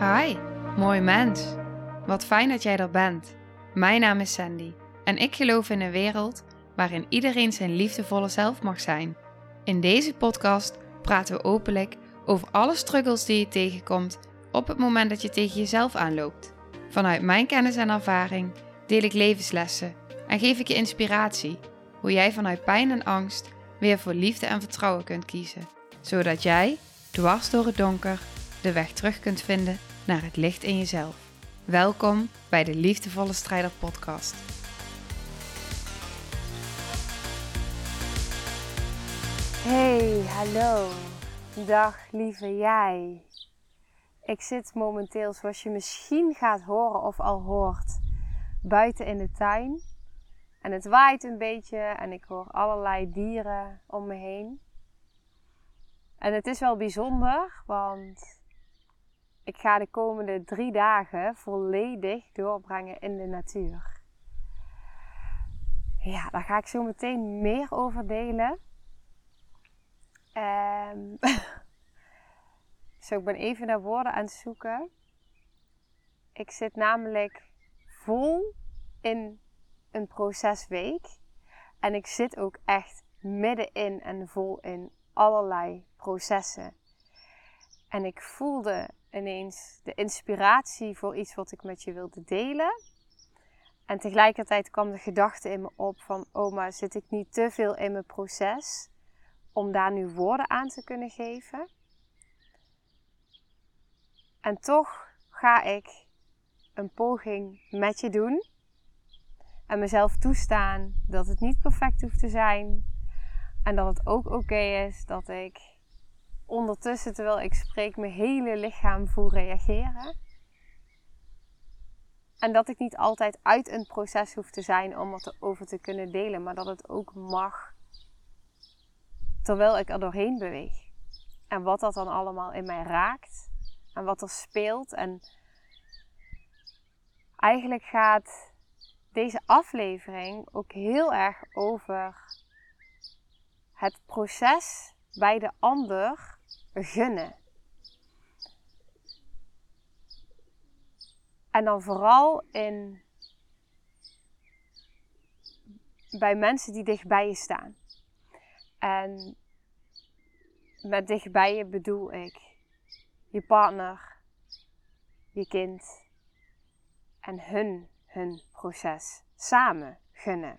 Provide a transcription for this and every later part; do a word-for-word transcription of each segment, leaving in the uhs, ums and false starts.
Hi, mooi mens. Wat fijn dat jij er bent. Mijn naam is Sandy en ik geloof in een wereld waarin iedereen zijn liefdevolle zelf mag zijn. In deze podcast praten we openlijk over alle struggles die je tegenkomt op het moment dat je tegen jezelf aanloopt. Vanuit mijn kennis en ervaring deel ik levenslessen en geef ik je inspiratie hoe jij vanuit pijn en angst weer voor liefde en vertrouwen kunt kiezen. Zodat jij, dwars door het donker, de weg terug kunt vinden naar het licht in jezelf. Welkom bij de Liefdevolle Strijder podcast. Hey, hallo. Dag lieve jij. Ik zit momenteel, zoals je misschien gaat horen of al hoort, buiten in de tuin. En het waait een beetje en ik hoor allerlei dieren om me heen. En het is wel bijzonder, want ik ga de komende drie dagen volledig doorbrengen in de natuur. Ja, daar ga ik zo meteen meer over delen. Um, zo, ik ben even naar woorden aan het zoeken. Ik zit namelijk vol in een procesweek. En ik zit ook echt middenin en vol in allerlei processen. En ik voelde ineens de inspiratie voor iets wat ik met je wilde delen. En tegelijkertijd kwam de gedachte in me op van, oh, maar zit ik niet te veel in mijn proces om daar nu woorden aan te kunnen geven? En toch ga ik een poging met je doen. En mezelf toestaan dat het niet perfect hoeft te zijn. En dat het ook oké is dat ik ondertussen, terwijl ik spreek, mijn hele lichaam voel reageren. En dat ik niet altijd uit een proces hoef te zijn om het erover te kunnen delen. Maar dat het ook mag terwijl ik er doorheen beweeg. En wat dat dan allemaal in mij raakt. En wat er speelt. En eigenlijk gaat deze aflevering ook heel erg over het proces bij de ander gunnen. En dan vooral in, bij mensen die dichtbij je staan. En met dichtbij je bedoel ik je partner, je kind en hun, hun proces samen gunnen.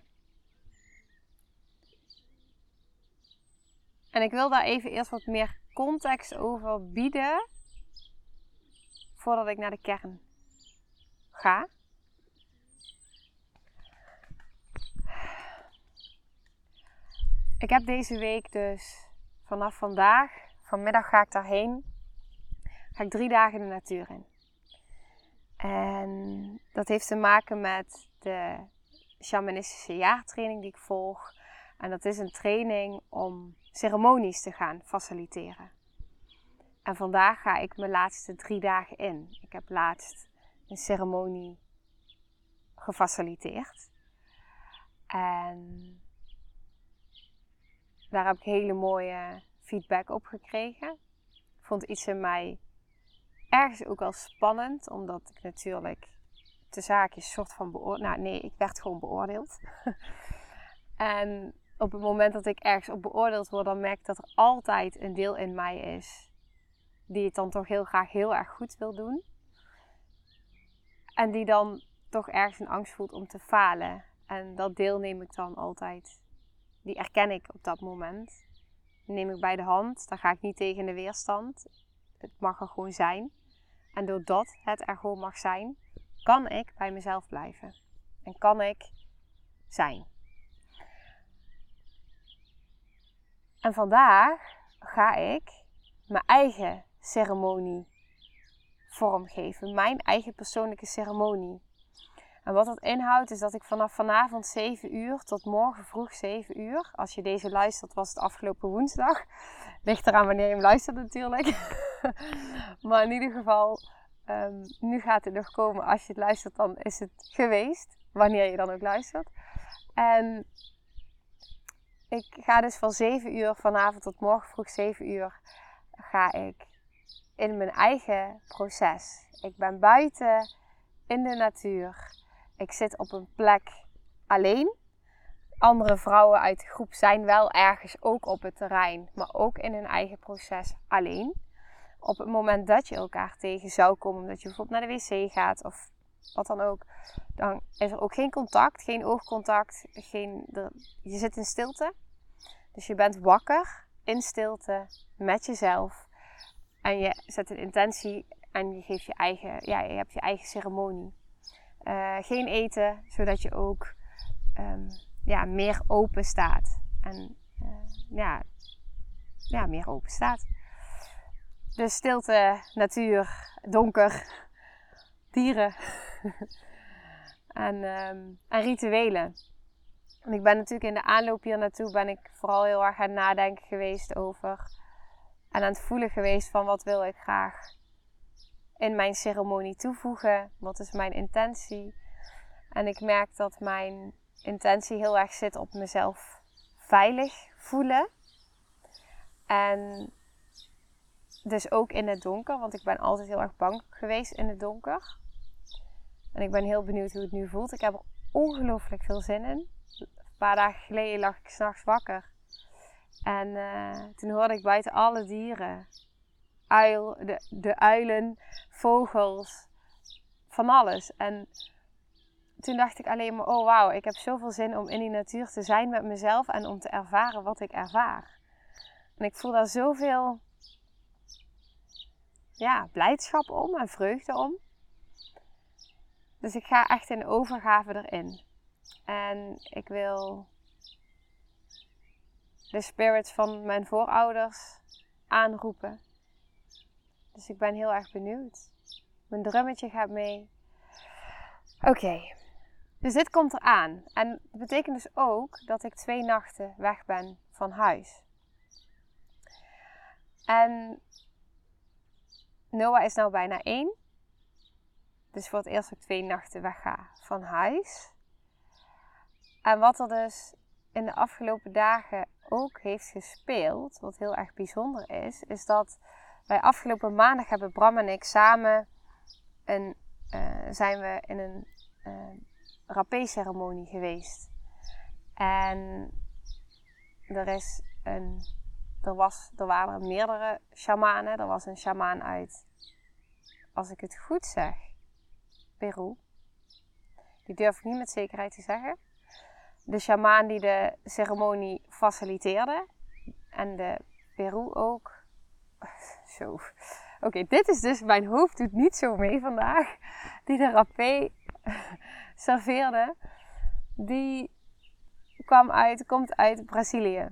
En ik wil daar even eerst wat meer context over bieden voordat ik naar de kern ga. Ik heb deze week dus vanaf vandaag, vanmiddag ga ik daarheen, ga ik drie dagen de natuur in. En dat heeft te maken met de shamanistische jaartraining die ik volg. En dat is een training om ceremonies te gaan faciliteren. En vandaag ga ik mijn laatste drie dagen in. Ik heb laatst een ceremonie gefaciliteerd. En daar heb ik hele mooie feedback op gekregen. Ik vond iets in mij ergens ook wel spannend. Omdat ik natuurlijk de zaakjes soort van beoordeeld. Nou nee, ik werd gewoon beoordeeld. En op het moment dat ik ergens op beoordeeld word, dan merk ik dat er altijd een deel in mij is die het dan toch heel graag heel erg goed wil doen. En die dan toch ergens een angst voelt om te falen. En dat deel neem ik dan altijd. Die erken ik op dat moment. Die neem ik bij de hand. Dan ga ik niet tegen de weerstand. Het mag er gewoon zijn. En doordat het er gewoon mag zijn, kan ik bij mezelf blijven. En kan ik zijn. En vandaag ga ik mijn eigen ceremonie vormgeven. Mijn eigen persoonlijke ceremonie. En wat dat inhoudt is dat ik vanaf vanavond zeven uur tot morgen vroeg zeven uur. Als je deze luistert was het afgelopen woensdag. Ligt eraan wanneer je hem luistert natuurlijk. Maar in ieder geval, um, nu gaat het nog komen. Als je het luistert dan is het geweest. Wanneer je dan ook luistert. En ik ga dus van zeven uur vanavond tot morgen vroeg zeven uur ga ik in mijn eigen proces. Ik ben buiten in de natuur. Ik zit op een plek alleen. Andere vrouwen uit de groep zijn wel ergens ook op het terrein, maar ook in hun eigen proces alleen. Op het moment dat je elkaar tegen zou komen, omdat je bijvoorbeeld naar de wc gaat of wat dan ook, dan is er ook geen contact, geen oogcontact, geen, er, je zit in stilte. Dus je bent wakker in stilte met jezelf en je zet een intentie en je geeft je eigen, ja, je hebt je eigen ceremonie. Uh, geen eten, zodat je ook um, ja, meer open staat. En uh, ja, ja, meer open staat. Dus stilte, natuur, donker, dieren en, um, en rituelen. En ik ben natuurlijk in de aanloop hier naartoe ben ik vooral heel erg aan het nadenken geweest over en aan het voelen geweest van wat wil ik graag in mijn ceremonie toevoegen. Wat is mijn intentie? En ik merk dat mijn intentie heel erg zit op mezelf veilig voelen. En dus ook in het donker, want ik ben altijd heel erg bang geweest in het donker. En ik ben heel benieuwd hoe het nu voelt. Ik heb er ongelooflijk veel zin in. Een paar dagen geleden lag ik 's nachts wakker. En uh, toen hoorde ik buiten alle dieren. Uil, de, de uilen, vogels, van alles. En toen dacht ik alleen maar, oh wauw, ik heb zoveel zin om in die natuur te zijn met mezelf en om te ervaren wat ik ervaar. En ik voel daar zoveel ja, blijdschap om en vreugde om. Dus ik ga echt in overgave erin. En ik wil de spirits van mijn voorouders aanroepen. Dus ik ben heel erg benieuwd. Mijn drummetje gaat mee. Oké, okay. Dus dit komt eraan. En dat betekent dus ook dat ik twee nachten weg ben van huis. En Noah is nou bijna één. Dus voor het eerst ook twee nachten weg ga van huis. En wat er dus in de afgelopen dagen ook heeft gespeeld, wat heel erg bijzonder is, is dat wij afgelopen maandag hebben Bram en ik samen een, uh, zijn we in een uh, rapé-ceremonie geweest. En er is een, er was, er waren meerdere shamanen. Er was een shamaan uit, als ik het goed zeg, Peru. Die durf ik niet met zekerheid te zeggen. De shamaan die de ceremonie faciliteerde. En de Peru ook. Zo. Oké, okay, dit is dus, mijn hoofd doet niet zo mee vandaag. Die de rapé serveerde. Die kwam uit, komt uit Brazilië.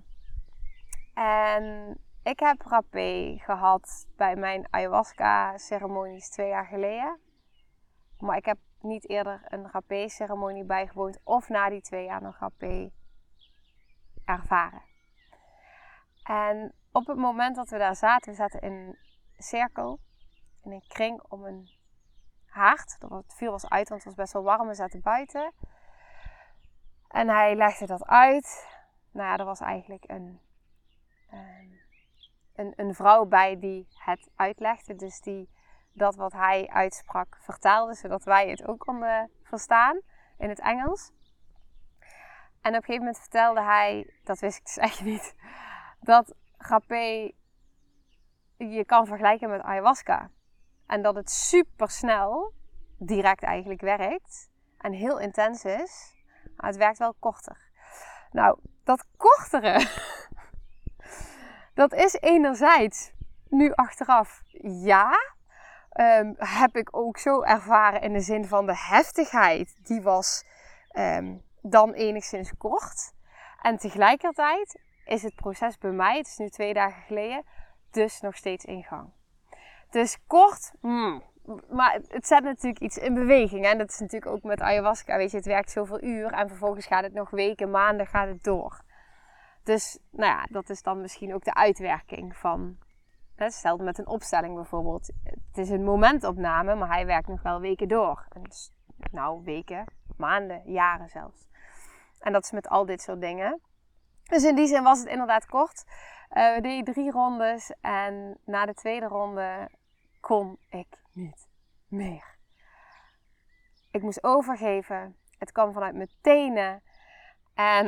En ik heb rapé gehad bij mijn ayahuasca ceremonies twee jaar geleden. Maar ik heb niet eerder een rapé-ceremonie bijgewoond of na die twee jaar nog rapé ervaren. En op het moment dat we daar zaten, we zaten in een cirkel, in een kring om een haard. Het vuur was uit, want het was best wel warm, we zaten buiten. En hij legde dat uit. Nou ja, er was eigenlijk een, een, een, een vrouw bij die het uitlegde, dus die dat wat hij uitsprak vertaalde, zodat wij het ook konden verstaan in het Engels. En op een gegeven moment vertelde hij, dat wist ik dus echt niet, dat rapé je kan vergelijken met ayahuasca. En dat het super snel, direct eigenlijk werkt en heel intens is, maar het werkt wel korter. Nou, dat kortere, dat is enerzijds nu achteraf ja. Um, heb ik ook zo ervaren in de zin van de heftigheid. Die was um, dan enigszins kort. En tegelijkertijd is het proces bij mij, het is nu twee dagen geleden, dus nog steeds in gang. Dus kort, mm, maar het zet natuurlijk iets in beweging. En dat is natuurlijk ook met ayahuasca, weet je, het werkt zoveel uur en vervolgens gaat het nog weken, maanden gaat het door. Dus nou ja, dat is dan misschien ook de uitwerking van... Stel met een opstelling bijvoorbeeld. Het is een momentopname, maar hij werkt nog wel weken door. En dus, nou, weken, maanden, jaren zelfs. En dat is met al dit soort dingen. Dus in die zin was het inderdaad kort. Uh, we deden drie rondes. En na de tweede ronde kon ik niet meer. Ik moest overgeven. Het kwam vanuit mijn tenen. En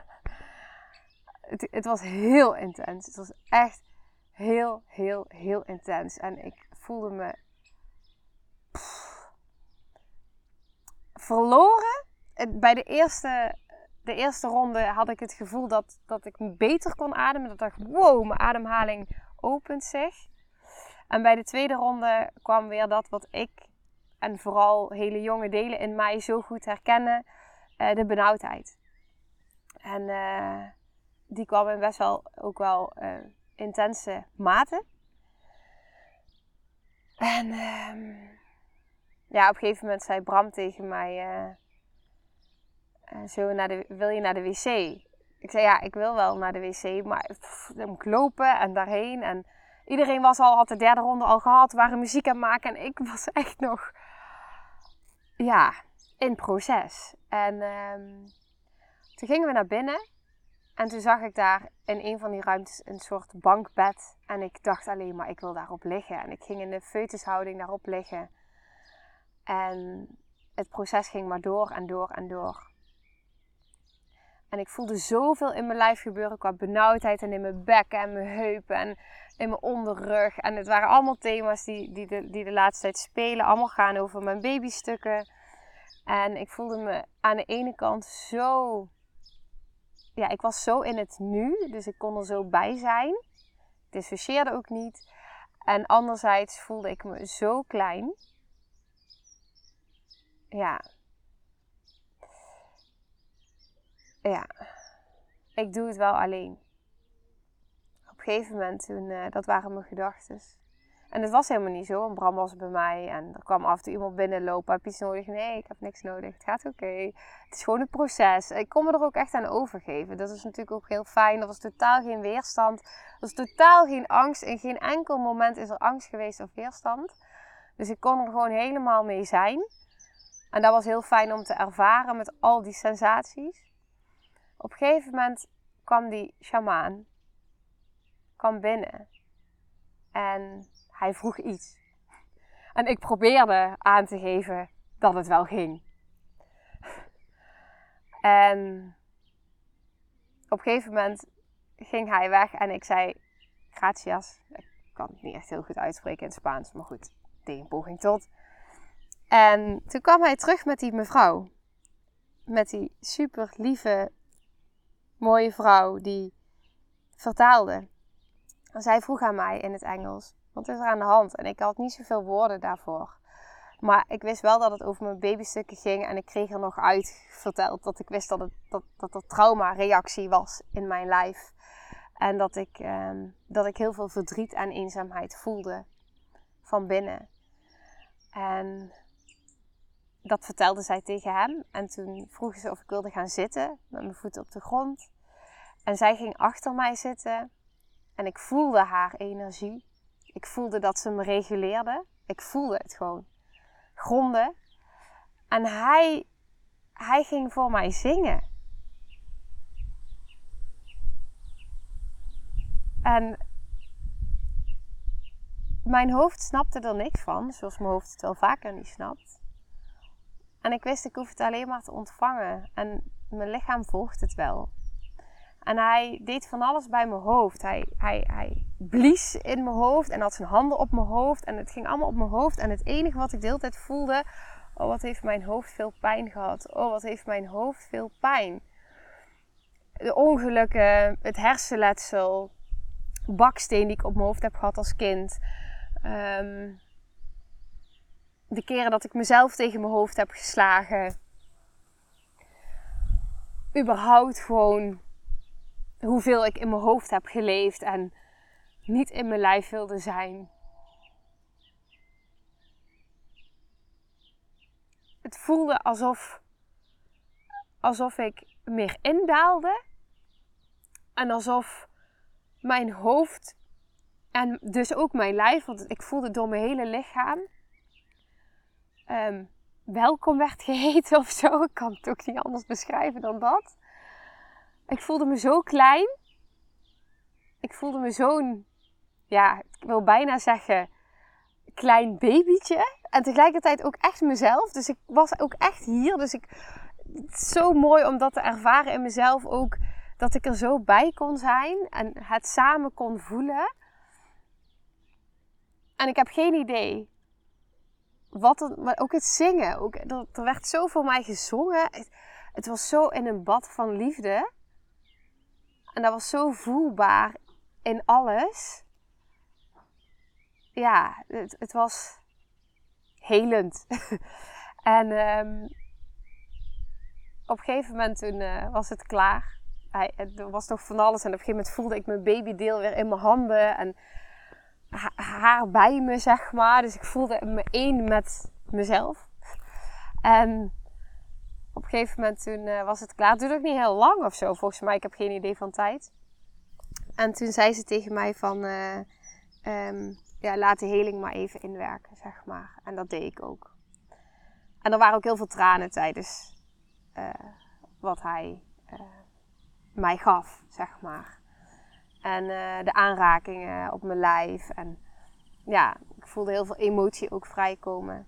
het, het was heel intens. Het was echt heel, heel, heel intens. En ik voelde me pff, verloren. Bij de eerste, de eerste ronde had ik het gevoel dat, dat ik beter kon ademen. Dat ik dacht, wow, mijn ademhaling opent zich. En bij de tweede ronde kwam weer dat wat ik en vooral hele jonge delen in mij zo goed herkennen. Uh, de benauwdheid. En uh, die kwam in best wel ook wel uh, intense mate. En uh, ja, op een gegeven moment zei Bram tegen mij, uh, uh, zo naar de, wil je naar de wc? Ik zei ja, ik wil wel naar de wc, maar pff, dan moet ik lopen en daarheen. En iedereen was al, had de derde ronde al gehad, waren muziek aan het maken en ik was echt nog, ja, in proces. En uh, toen gingen we naar binnen. En toen zag ik daar in een van die ruimtes een soort bankbed. En ik dacht alleen maar, ik wil daarop liggen. En ik ging in de foetushouding daarop liggen. En het proces ging maar door en door en door. En ik voelde zoveel in mijn lijf gebeuren qua benauwdheid. En in mijn bekken en mijn heupen en in mijn onderrug. En het waren allemaal thema's die, die, de, die de laatste tijd spelen. Allemaal gaan over mijn babystukken. En ik voelde me aan de ene kant zo... Ja, ik was zo in het nu, dus ik kon er zo bij zijn. Ik dissocieerde ook niet. En anderzijds voelde ik me zo klein. Ja. Ja. Ik doe het wel alleen. Op een gegeven moment, toen, uh, dat waren mijn gedachten. En het was helemaal niet zo, want Bram was bij mij. En er kwam af en toe iemand binnenlopen. Heb je iets nodig? Nee, ik heb niks nodig. Het gaat oké. Okay. Het is gewoon een proces. Ik kon me er ook echt aan overgeven. Dat is natuurlijk ook heel fijn. Er was totaal geen weerstand. Er was totaal geen angst. In geen enkel moment is er angst geweest of weerstand. Dus ik kon er gewoon helemaal mee zijn. En dat was heel fijn om te ervaren met al die sensaties. Op een gegeven moment kwam die sjamaan. Kwam binnen. En... hij vroeg iets. En ik probeerde aan te geven dat het wel ging. En op een gegeven moment ging hij weg en ik zei, gracias. Ik kan het niet echt heel goed uitspreken in het Spaans, maar goed, deed een poging tot. En toen kwam hij terug met die mevrouw. Met die super lieve, mooie vrouw die vertaalde. En zij vroeg aan mij in het Engels, wat is er aan de hand? En ik had niet zoveel woorden daarvoor. Maar ik wist wel dat het over mijn babystukken ging. En ik kreeg er nog uit verteld dat ik wist dat, het, dat, dat er traumareactie was in mijn lijf. En dat ik, eh, dat ik heel veel verdriet en eenzaamheid voelde van binnen. En dat vertelde zij tegen hem. En toen vroeg ze of ik wilde gaan zitten met mijn voeten op de grond. En zij ging achter mij zitten. En ik voelde haar energie. Ik voelde dat ze me reguleerde. Ik voelde het gewoon. Gronden. En hij, hij ging voor mij zingen. En mijn hoofd snapte er niks van. Zoals mijn hoofd het wel vaker niet snapt. En ik wist, ik hoef het alleen maar te ontvangen. En mijn lichaam volgt het wel. En hij deed van alles bij mijn hoofd. Hij, hij, hij blies in mijn hoofd en had zijn handen op mijn hoofd. En het ging allemaal op mijn hoofd. En het enige wat ik de hele tijd voelde... oh, wat heeft mijn hoofd veel pijn gehad. Oh, wat heeft mijn hoofd veel pijn. De ongelukken, het hersenletsel... baksteen die ik op mijn hoofd heb gehad als kind. Um, de keren dat ik mezelf tegen mijn hoofd heb geslagen. Überhaupt gewoon... hoeveel ik in mijn hoofd heb geleefd en niet in mijn lijf wilde zijn. Het voelde alsof, alsof ik meer indaalde. En alsof mijn hoofd en dus ook mijn lijf, want ik voelde door mijn hele lichaam, um, welkom werd geheten of zo. Ik kan het ook niet anders beschrijven dan dat. Ik voelde me zo klein. Ik voelde me zo'n, ja, ik wil bijna zeggen, klein babytje. En tegelijkertijd ook echt mezelf. Dus ik was ook echt hier. Dus ik, het is zo mooi om dat te ervaren in mezelf ook. Dat ik er zo bij kon zijn. En het samen kon voelen. En ik heb geen idee. Wat er, maar ook het zingen. Ook, er, er werd zo voor mij gezongen. Het, het was zo in een bad van liefde. En dat was zo voelbaar in alles. Ja, het, het was helend. en um, op een gegeven moment toen uh, was het klaar. Hij, er was nog van alles. En op een gegeven moment voelde ik mijn babydeel weer in mijn handen. En ha- haar bij me, zeg maar. Dus ik voelde me één met mezelf. En op een gegeven moment toen uh, was het klaar. Het duurde ook niet heel lang of zo, volgens mij. Ik heb geen idee van tijd. En toen zei ze tegen mij van... Uh, um, ja, laat de heling maar even inwerken, zeg maar. En dat deed ik ook. En er waren ook heel veel tranen tijdens uh, wat hij uh, mij gaf, zeg maar. En uh, de aanrakingen op mijn lijf. En ja, ik voelde heel veel emotie ook vrijkomen.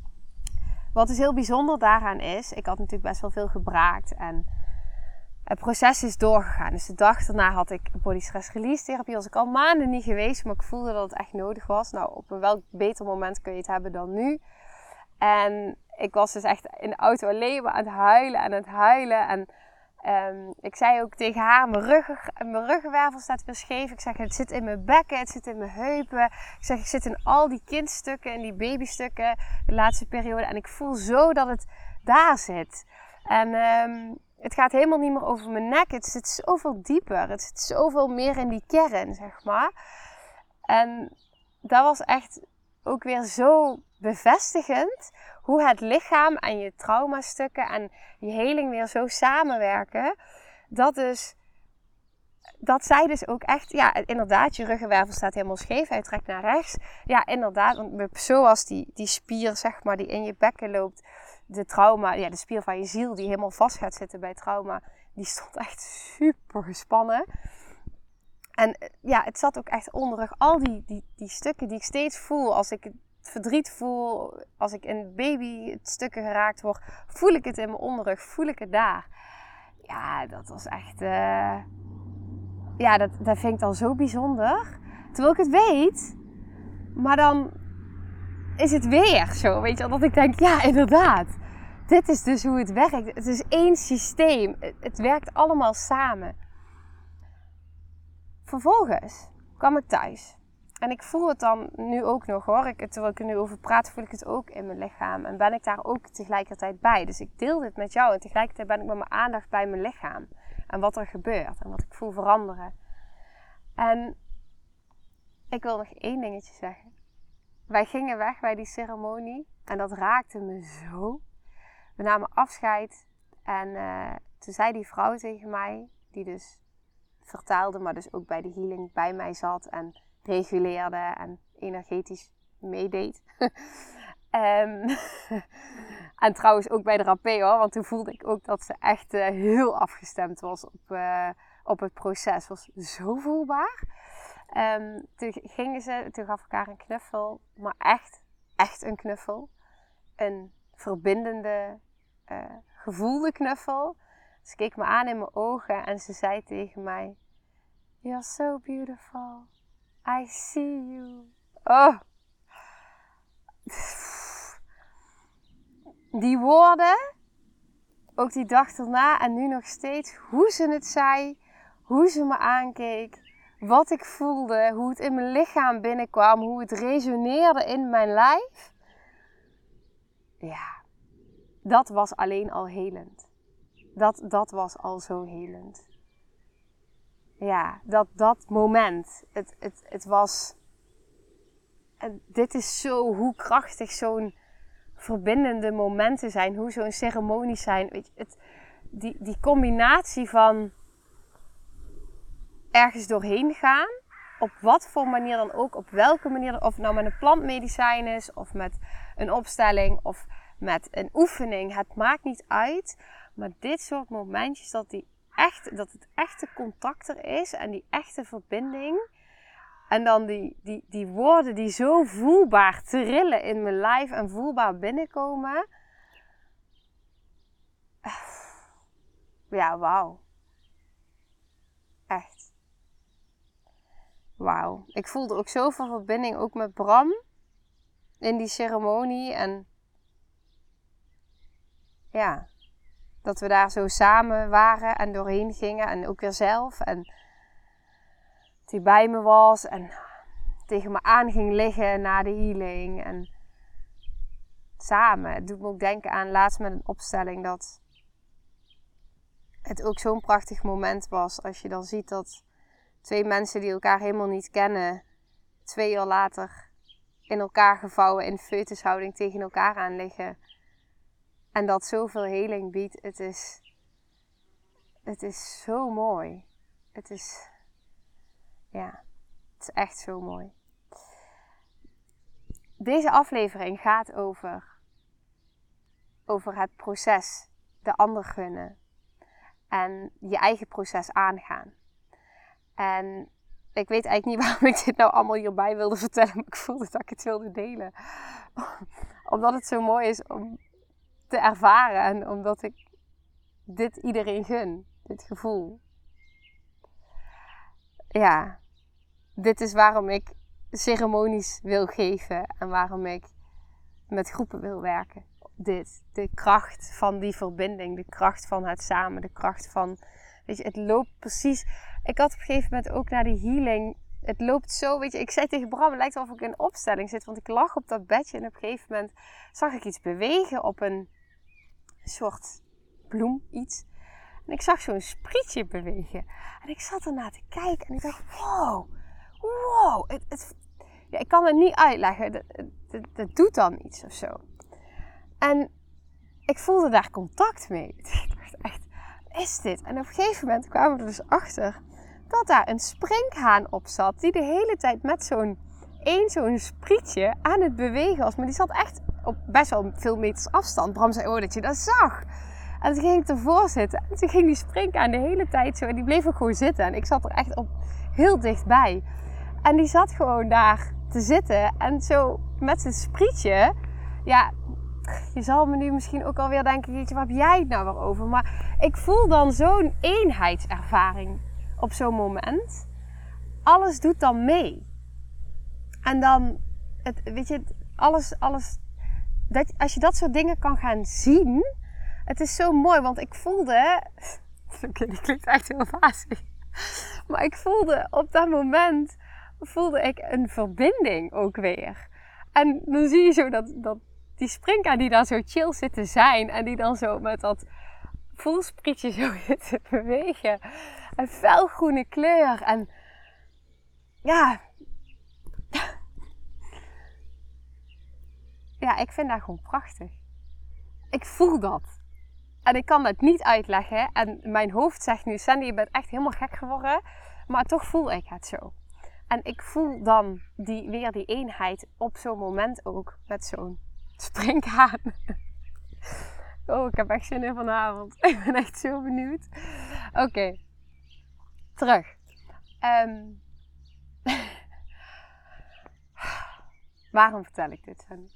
Wat dus heel bijzonder daaraan is, ik had natuurlijk best wel veel gebraakt en het proces is doorgegaan. Dus de dag daarna had ik body stress release therapie. Was ik al maanden niet geweest, maar ik voelde dat het echt nodig was. Nou, op een welk beter moment kun je het hebben dan nu. En ik was dus echt in de auto alleen maar aan het huilen en aan het huilen. En um, ik zei ook tegen haar, mijn, ruggen, mijn ruggenwervel staat weer scheef. Ik zeg, het zit in mijn bekken, het zit in mijn heupen. Ik zeg, ik zit in al die kindstukken en die babystukken de laatste periode. En ik voel zo dat het daar zit. En... Um, Het gaat helemaal niet meer over mijn nek. Het zit zoveel dieper. Het zit zoveel meer in die kern, zeg maar. En dat was echt ook weer zo bevestigend. Hoe het lichaam en je traumastukken en je heling weer zo samenwerken. Dat dus... Dat zij dus ook echt... Ja, inderdaad, je ruggenwervel staat helemaal scheef. Hij trekt naar rechts. Ja, inderdaad. Want zoals die, die spier, zeg maar, die in je bekken loopt... De trauma, ja, de spier van je ziel die helemaal vast gaat zitten bij trauma, die stond echt super gespannen. En ja, het zat ook echt onderrug. Al die, die, die stukken die ik steeds voel, als ik het verdriet voel, als ik in baby stukken geraakt word, voel ik het in mijn onderrug, voel ik het daar. Ja, dat was echt, uh... ja, dat, dat vind ik dan zo bijzonder. Terwijl ik het weet, maar dan... is het weer zo, weet je, dat ik denk, ja, inderdaad. Dit is dus hoe het werkt. Het is één systeem. Het werkt allemaal samen. Vervolgens kwam ik thuis. En ik voel het dan nu ook nog, hoor. Ik, terwijl ik er nu over praat, voel ik het ook in mijn lichaam. En ben ik daar ook tegelijkertijd bij. Dus ik deel dit met jou. En tegelijkertijd ben ik met mijn aandacht bij mijn lichaam. En wat er gebeurt. En wat ik voel veranderen. En ik wil nog één dingetje zeggen. Wij gingen weg bij die ceremonie en dat raakte me zo. We namen afscheid en uh, toen zei die vrouw tegen mij, die dus vertaalde, maar dus ook bij de healing bij mij zat en reguleerde en energetisch meedeed. um, en trouwens ook bij de rapé, hoor, want toen voelde ik ook dat ze echt uh, heel afgestemd was op, uh, op het proces. Het was zo voelbaar. Um, toen gingen ze, toen gaf ik haar een knuffel, maar echt, echt een knuffel. Een verbindende, uh, gevoelde knuffel. Ze keek me aan in mijn ogen en ze zei tegen mij, "You're so beautiful, I see you." Oh. Die woorden, ook die dag erna en nu nog steeds, hoe ze het zei, hoe ze me aankeek. Wat ik voelde, hoe het in mijn lichaam binnenkwam, hoe het resoneerde in mijn lijf. Ja, dat was alleen al helend. Dat, dat was al zo helend. Ja, dat, dat moment. Het, het, het was... En dit is zo, hoe krachtig zo'n verbindende momenten zijn. Hoe zo'n ceremonies zijn. Weet je, het, die, die combinatie van... ergens doorheen gaan, op wat voor manier dan ook, op welke manier, of het nou met een plantmedicijn is, of met een opstelling, of met een oefening, het maakt niet uit, maar dit soort momentjes, dat, die echt, dat het echte contact er is, en die echte verbinding, En dan die, die, die woorden die zo voelbaar trillen in mijn lijf en voelbaar binnenkomen. Ja, wauw. Echt. Wauw. Ik voelde ook zoveel verbinding, ook met Bram. In die ceremonie. En ja, dat we daar zo samen waren en doorheen gingen. En ook weer zelf. En dat hij bij me was. En tegen me aan ging liggen na de healing. En samen. Het doet me ook denken aan laatst met een opstelling. Dat het ook zo'n prachtig moment was. Als je dan ziet dat twee mensen die elkaar helemaal niet kennen. Twee jaar later in elkaar gevouwen in foetushouding tegen elkaar aan liggen. En dat zoveel heling biedt. Het is, het is zo mooi. Het is, ja, het is echt zo mooi. Deze aflevering gaat over, over het proces, de ander gunnen. En je eigen proces aangaan. En ik weet eigenlijk niet waarom ik dit nou allemaal hierbij wilde vertellen. Maar ik voelde dat ik het wilde delen. Omdat het zo mooi is om te ervaren. En omdat ik dit iedereen gun. Dit gevoel. Ja. Dit is waarom ik ceremonies wil geven. En waarom ik met groepen wil werken. Dit. De kracht van die verbinding. De kracht van het samen. De kracht van... Weet je, het loopt precies... Ik had op een gegeven moment ook na die healing... Het loopt zo, weet je... Ik zei tegen Bram, het lijkt alsof ik in een opstelling zit. Want ik lag op dat bedje en op een gegeven moment... zag ik iets bewegen op een soort bloem, iets. En ik zag zo'n sprietje bewegen. En ik zat ernaar te kijken en ik dacht... Wow! Wow! Het, het, ja, ik kan het niet uitleggen. Het, het, het doet dan iets of zo. En ik voelde daar contact mee. Ik dacht echt... Is dit? En op een gegeven moment kwamen we er dus achter dat daar een sprinkhaan op zat. Die de hele tijd met zo'n één zo'n sprietje aan het bewegen was. Maar die zat echt op best wel veel meters afstand. Bram zei, oh, dat je dat zag. En toen ging ik ervoor zitten. En toen ging die sprinkhaan de hele tijd zo. En die bleef ook gewoon zitten. En ik zat er echt op heel dichtbij. En die zat gewoon daar te zitten. En zo met zijn sprietje. Ja... Je zal me nu misschien ook alweer denken, jeetje, waar heb jij het nou weer over? Maar ik voel dan zo'n eenheidservaring op zo'n moment. Alles doet dan mee. En dan, het, weet je, alles, alles dat, als je dat soort dingen kan gaan zien. Het is zo mooi, want ik voelde, die klinkt echt heel vazig. Maar ik voelde op dat moment, voelde ik een verbinding ook weer. En dan zie je zo dat... dat die sprinkhaan die daar zo chill zit te zijn. En die dan zo met dat voelsprietje zo zit te bewegen. Een felgroene kleur. En ja. Ja, ik vind dat gewoon prachtig. Ik voel dat. En ik kan dat niet uitleggen. En mijn hoofd zegt nu, Sandy, je bent echt helemaal gek geworden. Maar toch voel ik het zo. En ik voel dan die, weer die eenheid op zo'n moment ook. Met zo'n sprinkhaan. Oh, ik heb echt zin in vanavond. Ik ben echt zo benieuwd. Oké. Okay. Terug. Um... Waarom vertel ik dit, Sandy?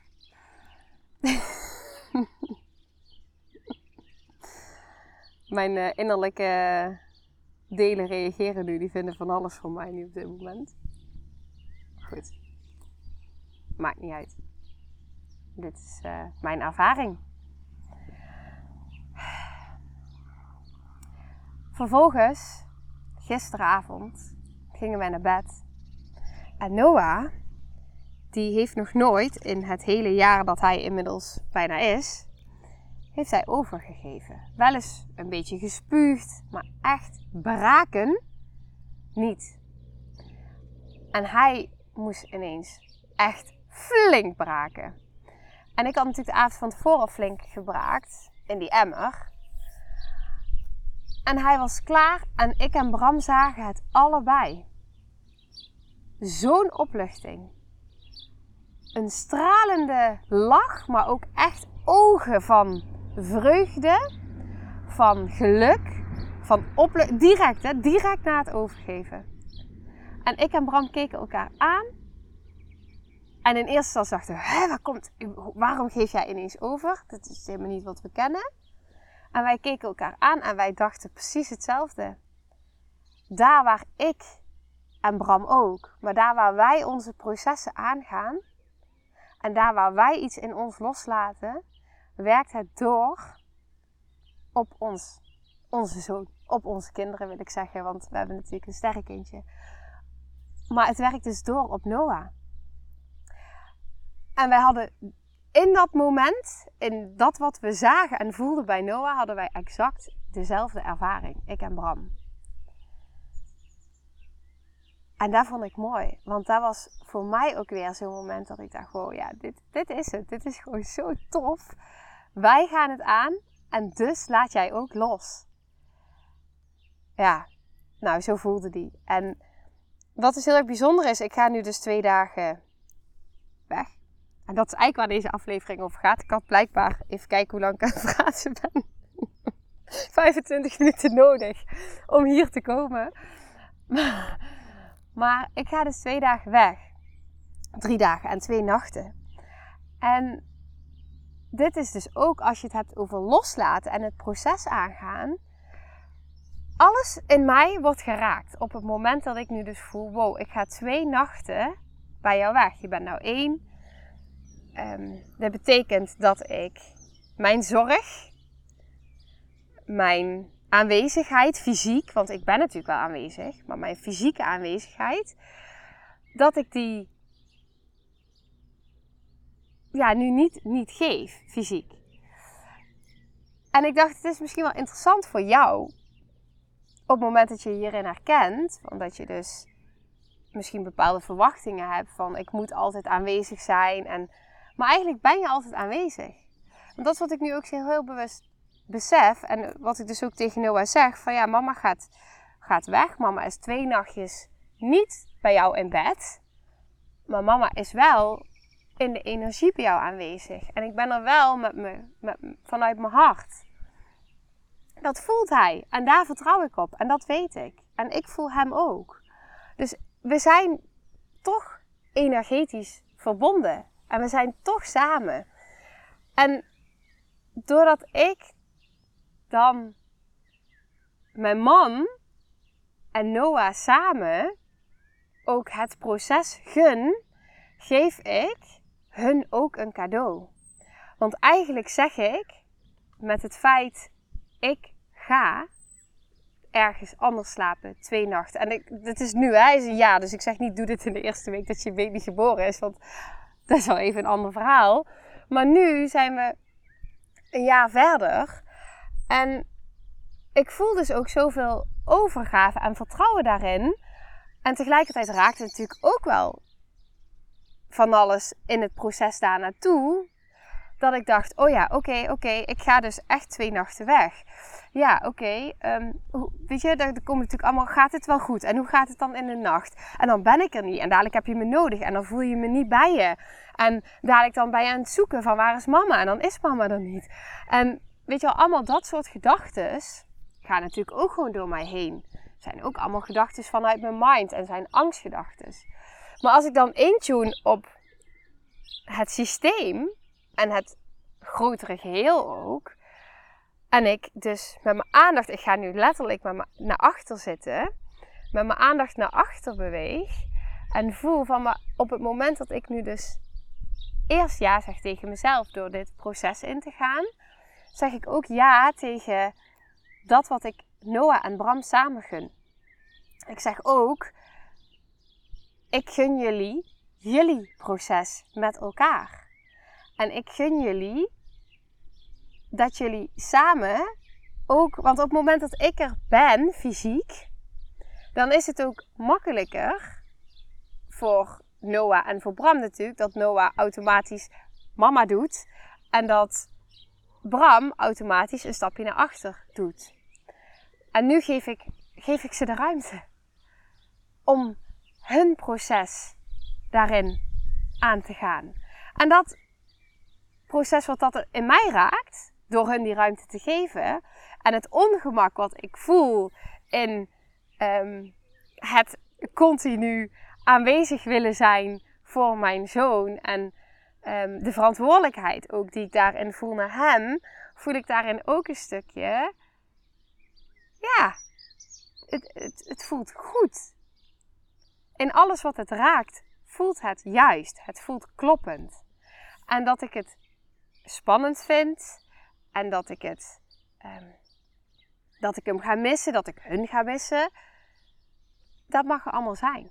Mijn uh, innerlijke delen reageren nu. Die vinden van alles van mij nu op dit moment. Goed. Maakt niet uit. Dit is uh, mijn ervaring. Vervolgens, gisteravond, gingen wij naar bed. En Noah, die heeft nog nooit in het hele jaar dat hij inmiddels bijna is, heeft hij overgegeven. Wel eens een beetje gespuugd, maar echt braken niet. En hij moest ineens echt flink braken. En ik had natuurlijk de avond van tevoren flink gebraakt in die emmer. En hij was klaar en ik en Bram zagen het allebei. Zo'n opluchting. Een stralende lach, maar ook echt ogen van vreugde, van geluk, van opluchting. Direct, hè? Direct na het overgeven. En ik en Bram keken elkaar aan. En in eerste instantie dachten we, Hé, waar komt, waarom geef jij ineens over? Dat is helemaal niet wat we kennen. En wij keken elkaar aan en wij dachten precies hetzelfde. Daar waar ik en Bram ook, maar daar waar wij onze processen aangaan en daar waar wij iets in ons loslaten, werkt het door op ons, onze zoon, op onze kinderen wil ik zeggen, want we hebben natuurlijk een sterrenkindje. Maar het werkt dus door op Noah. En wij hadden in dat moment, in dat wat we zagen en voelden bij Noah, hadden wij exact dezelfde ervaring, ik en Bram. En dat vond ik mooi, want dat was voor mij ook weer zo'n moment dat ik dacht, wow, ja, dit, dit is het. Dit is gewoon zo tof. Wij gaan het aan en dus laat jij ook los. Ja, nou, zo voelde die. En wat dus heel erg bijzonder is, ik ga nu dus twee dagen weg. En dat is eigenlijk waar deze aflevering over gaat. Ik had blijkbaar, even kijken hoe lang ik aan het praten ben, vijfentwintig minuten nodig om hier te komen. Maar, maar ik ga dus twee dagen weg. Drie dagen en twee nachten. En dit is dus ook als je het hebt over loslaten en het proces aangaan. Alles in mij wordt geraakt op het moment dat ik nu dus voel, wow, ik ga twee nachten bij jou weg. Je bent nou één. Um, dat betekent dat ik mijn zorg, mijn aanwezigheid, fysiek, want ik ben natuurlijk wel aanwezig, maar mijn fysieke aanwezigheid, dat ik die ja, nu niet, niet geef, fysiek. En ik dacht, het is misschien wel interessant voor jou, op het moment dat je hierin herkent, omdat je dus misschien bepaalde verwachtingen hebt van ik moet altijd aanwezig zijn, en, maar eigenlijk ben je altijd aanwezig. Want dat is wat ik nu ook heel, heel bewust besef en wat ik dus ook tegen Noah zeg, van ja, mama gaat, gaat weg, mama is twee nachtjes niet bij jou in bed, maar mama is wel in de energie bij jou aanwezig. En ik ben er wel met me, met, vanuit mijn hart. Dat voelt hij. En daar vertrouw ik op. En dat weet ik. En ik voel hem ook. Dus we zijn toch energetisch verbonden. En we zijn toch samen. En doordat ik dan mijn man en Noah samen ook het proces gun, geef ik hun ook een cadeau. Want eigenlijk zeg ik, met het feit, ik ga ergens anders slapen, twee nachten. En ik, dit is nu, hij is een jaar, dus ik zeg niet, doe dit in de eerste week dat je baby geboren is, want dat is wel even een ander verhaal. Maar nu zijn we een jaar verder en ik voel dus ook zoveel overgave en vertrouwen daarin. En tegelijkertijd raakt het natuurlijk ook wel van alles in het proces daar naartoe. Dat ik dacht, oh ja, oké, okay, oké, okay, ik ga dus echt twee nachten weg. Ja, oké, okay, um, weet je, daar komt natuurlijk allemaal, gaat het wel goed? En hoe gaat het dan in de nacht? En dan ben ik er niet en dadelijk heb je me nodig en dan voel je me niet bij je. En dadelijk dan ben je aan het zoeken van waar is mama? En dan is mama er niet. En weet je wel, allemaal dat soort gedachtes gaan natuurlijk ook gewoon door mij heen. Zijn ook allemaal gedachtes vanuit mijn mind en zijn angstgedachtes. Maar als ik dan intune op het systeem en het grotere geheel ook. En ik dus met mijn aandacht, ik ga nu letterlijk met mijn, naar achter zitten. Met mijn aandacht naar achter beweeg. En voel van me, op het moment dat ik nu dus eerst ja zeg tegen mezelf door dit proces in te gaan. Zeg ik ook ja tegen dat wat ik Noah en Bram samen gun. Ik zeg ook, ik gun jullie jullie proces met elkaar. En ik gun jullie dat jullie samen ook, want op het moment dat ik er ben, fysiek, dan is het ook makkelijker voor Noah en voor Bram natuurlijk, dat Noah automatisch mama doet en dat Bram automatisch een stapje naar achter doet. En nu geef ik, geef ik ze de ruimte om hun proces daarin aan te gaan. En dat proces wat dat in mij raakt, door hun die ruimte te geven, en het ongemak wat ik voel in um, het continu aanwezig willen zijn voor mijn zoon. En um, de verantwoordelijkheid ook die ik daarin voel naar hem, voel ik daarin ook een stukje. Ja, het, het, het voelt goed. In alles wat het raakt, voelt het juist. Het voelt kloppend. En dat ik het spannend vind. En dat ik het... Um, dat ik hem ga missen. Dat ik hun ga missen. Dat mag er allemaal zijn.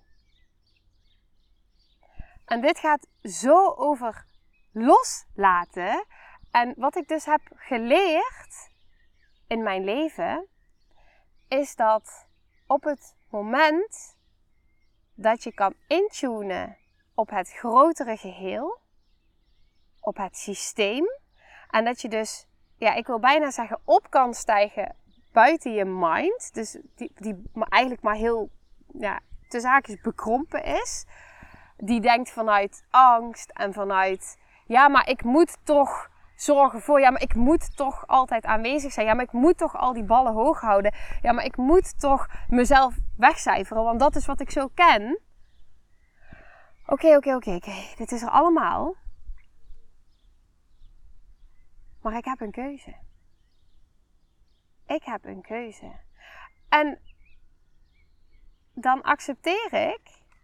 En dit gaat zo over loslaten. En wat ik dus heb geleerd in mijn leven, is dat op het moment dat je kan intunen op het grotere geheel, op het systeem, en dat je dus, ja, ik wil bijna zeggen, op kan stijgen buiten je mind, dus die, die eigenlijk maar heel, ja, tussen haakjes bekrompen is, die denkt vanuit angst en vanuit, ja, maar ik moet toch zorgen voor, ja, maar ik moet toch altijd aanwezig zijn, ja, maar ik moet toch al die ballen hoog houden, ja, maar ik moet toch mezelf wegcijferen, want dat is wat ik zo ken. Oké, oké, oké, oké, dit is er allemaal. Maar ik heb een keuze. Ik heb een keuze. En dan accepteer ik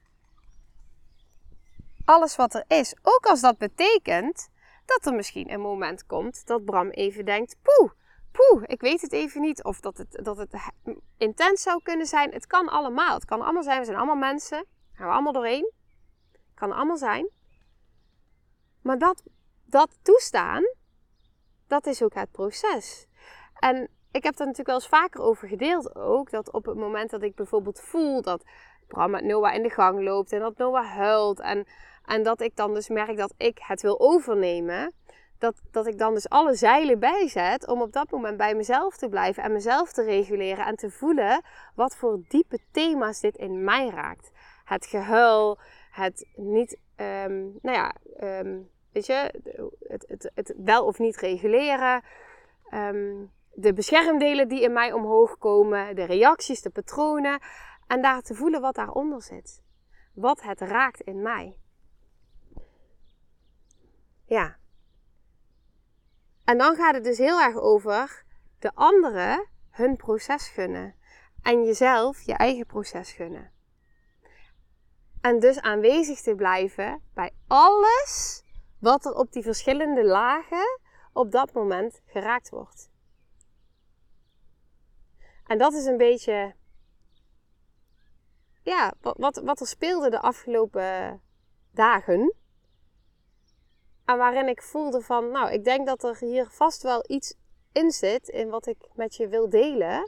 alles wat er is. Ook als dat betekent dat er misschien een moment komt dat Bram even denkt, poeh, poeh, ik weet het even niet. Of dat het, dat het intens zou kunnen zijn. Het kan allemaal. Het kan allemaal zijn. We zijn allemaal mensen. Daar gaan we allemaal doorheen. Het kan allemaal zijn. Maar dat, dat toestaan, dat is ook het proces. En ik heb er natuurlijk wel eens vaker over gedeeld ook. Dat op het moment dat ik bijvoorbeeld voel dat Bram met Noah in de gang loopt. En dat Noah huilt. En, en dat ik dan dus merk dat ik het wil overnemen. Dat, dat ik dan dus alle zeilen bijzet om op dat moment bij mezelf te blijven. En mezelf te reguleren. En te voelen wat voor diepe thema's dit in mij raakt. Het gehuil. Het niet, um, nou ja, um, weet je, het, het, het wel of niet reguleren. Um, de beschermdelen die in mij omhoog komen. De reacties, de patronen. En daar te voelen wat daaronder zit. Wat het raakt in mij. Ja. En dan gaat het dus heel erg over de anderen hun proces gunnen. En jezelf je eigen proces gunnen. En dus aanwezig te blijven bij alles wat er op die verschillende lagen op dat moment geraakt wordt. En dat is een beetje, ja, wat, wat er speelde de afgelopen dagen. En waarin ik voelde van, nou, ik denk dat er hier vast wel iets in zit in wat ik met je wil delen.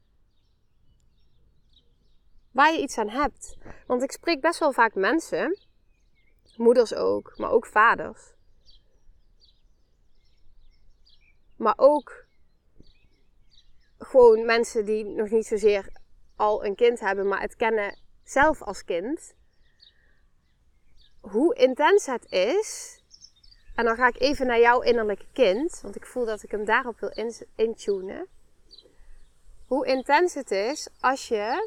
Waar je iets aan hebt. Want ik spreek best wel vaak mensen, moeders ook, maar ook vaders. Maar ook gewoon mensen die nog niet zozeer al een kind hebben, maar het kennen zelf als kind. Hoe intens het is. En dan ga ik even naar jouw innerlijke kind, want ik voel dat ik hem daarop wil in- intunen. Hoe intens het is als je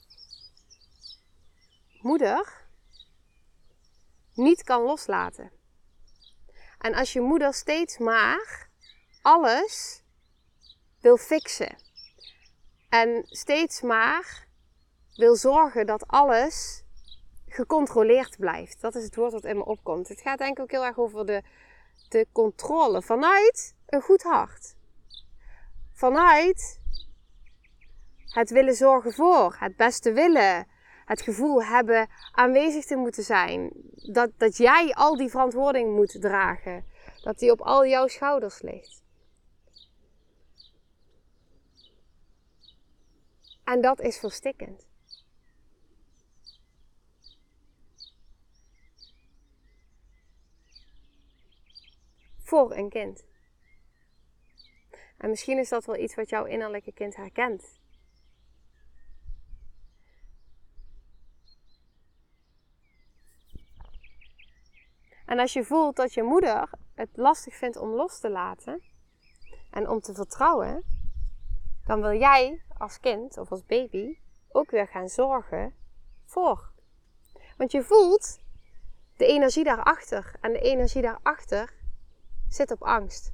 moeder niet kan loslaten. En als je moeder steeds maar alles wil fixen. En steeds maar wil zorgen dat alles gecontroleerd blijft. Dat is het woord dat in me opkomt. Het gaat denk ik ook heel erg over de, de controle vanuit een goed hart. Vanuit het willen zorgen voor, het beste willen. Het gevoel hebben aanwezig te moeten zijn. Dat, dat jij al die verantwoording moet dragen. Dat die op al jouw schouders ligt. En dat is verstikkend. Voor een kind. En misschien is dat wel iets wat jouw innerlijke kind herkent. En als je voelt dat je moeder het lastig vindt om los te laten en om te vertrouwen, dan wil jij als kind of als baby ook weer gaan zorgen voor. Want je voelt de energie daarachter. En de energie daarachter zit op angst.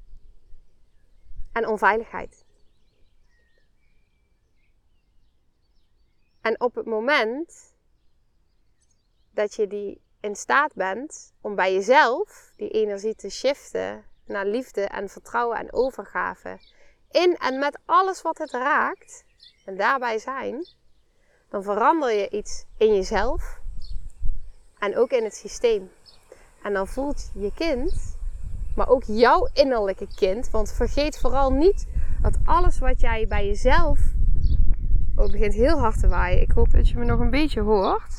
En onveiligheid. En op het moment dat je die in staat bent om bij jezelf die energie te shiften naar liefde en vertrouwen en overgave in en met alles wat het raakt en daarbij zijn, dan verander je iets in jezelf en ook in het systeem. En dan voelt je kind, maar ook jouw innerlijke kind, want vergeet vooral niet dat alles wat jij bij jezelf... Oh, het begint heel hard te waaien. Ik hoop dat je me nog een beetje hoort.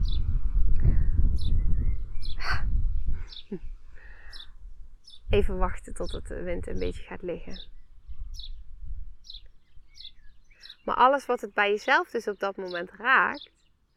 Even wachten tot het de wind een beetje gaat liggen. Maar alles wat het bij jezelf dus op dat moment raakt,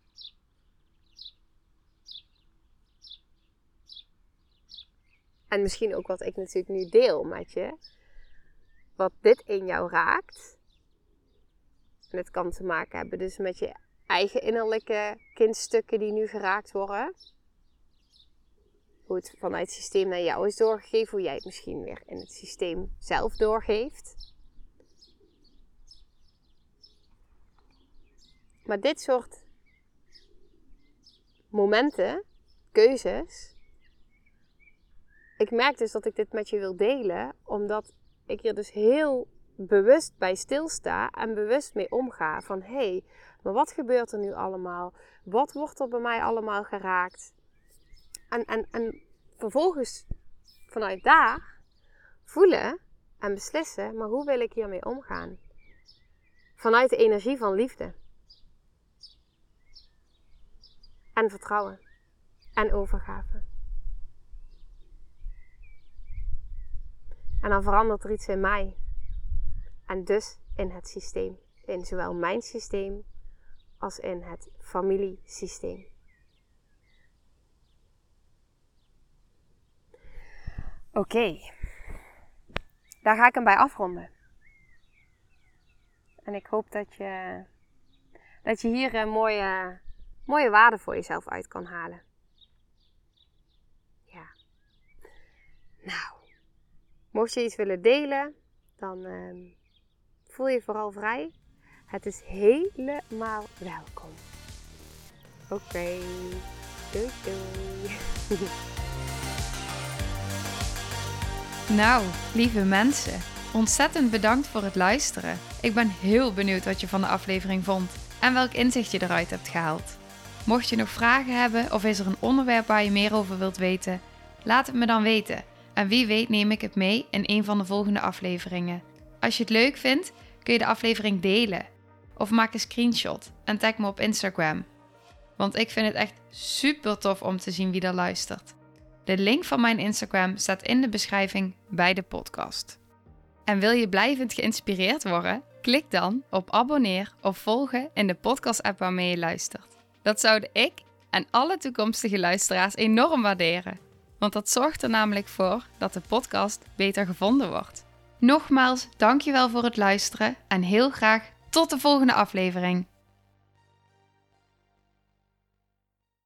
en misschien ook wat ik natuurlijk nu deel met je, wat dit in jou raakt, en het kan te maken hebben dus met je eigen innerlijke kindstukken die nu geraakt worden, hoe het vanuit het systeem naar jou is doorgegeven, hoe jij het misschien weer in het systeem zelf doorgeeft. Maar dit soort momenten, keuzes, ik merk dus dat ik dit met je wil delen, omdat ik hier dus heel bewust bij stilsta en bewust mee omga. Van hé, hey, maar wat gebeurt er nu allemaal? Wat wordt er bij mij allemaal geraakt? En, en, en vervolgens vanuit daar voelen en beslissen, maar hoe wil ik hiermee omgaan? Vanuit de energie van liefde. En vertrouwen. En overgave. En dan verandert er iets in mij. En dus in het systeem. In zowel mijn systeem als in het familiesysteem. Oké. Okay. Daar ga ik hem bij afronden. En ik hoop dat je, dat je hier een mooie, mooie waarde voor jezelf uit kan halen. Ja. Nou. Mocht je iets willen delen, dan uh, voel je vooral vrij. Het is helemaal welkom. Oké, okay. Doei doei. Nou, lieve mensen, ontzettend bedankt voor het luisteren. Ik ben heel benieuwd wat je van de aflevering vond en welk inzicht je eruit hebt gehaald. Mocht je nog vragen hebben of is er een onderwerp waar je meer over wilt weten, laat het me dan weten. En wie weet neem ik het mee in een van de volgende afleveringen. Als je het leuk vindt, kun je de aflevering delen. Of maak een screenshot en tag me op Instagram. Want ik vind het echt super tof om te zien wie er luistert. De link van mijn Instagram staat in de beschrijving bij de podcast. En wil je blijvend geïnspireerd worden? Klik dan op abonneer of volgen in de podcast-app waarmee je luistert. Dat zouden ik en alle toekomstige luisteraars enorm waarderen. Want dat zorgt er namelijk voor dat de podcast beter gevonden wordt. Nogmaals, dankjewel voor het luisteren en heel graag tot de volgende aflevering.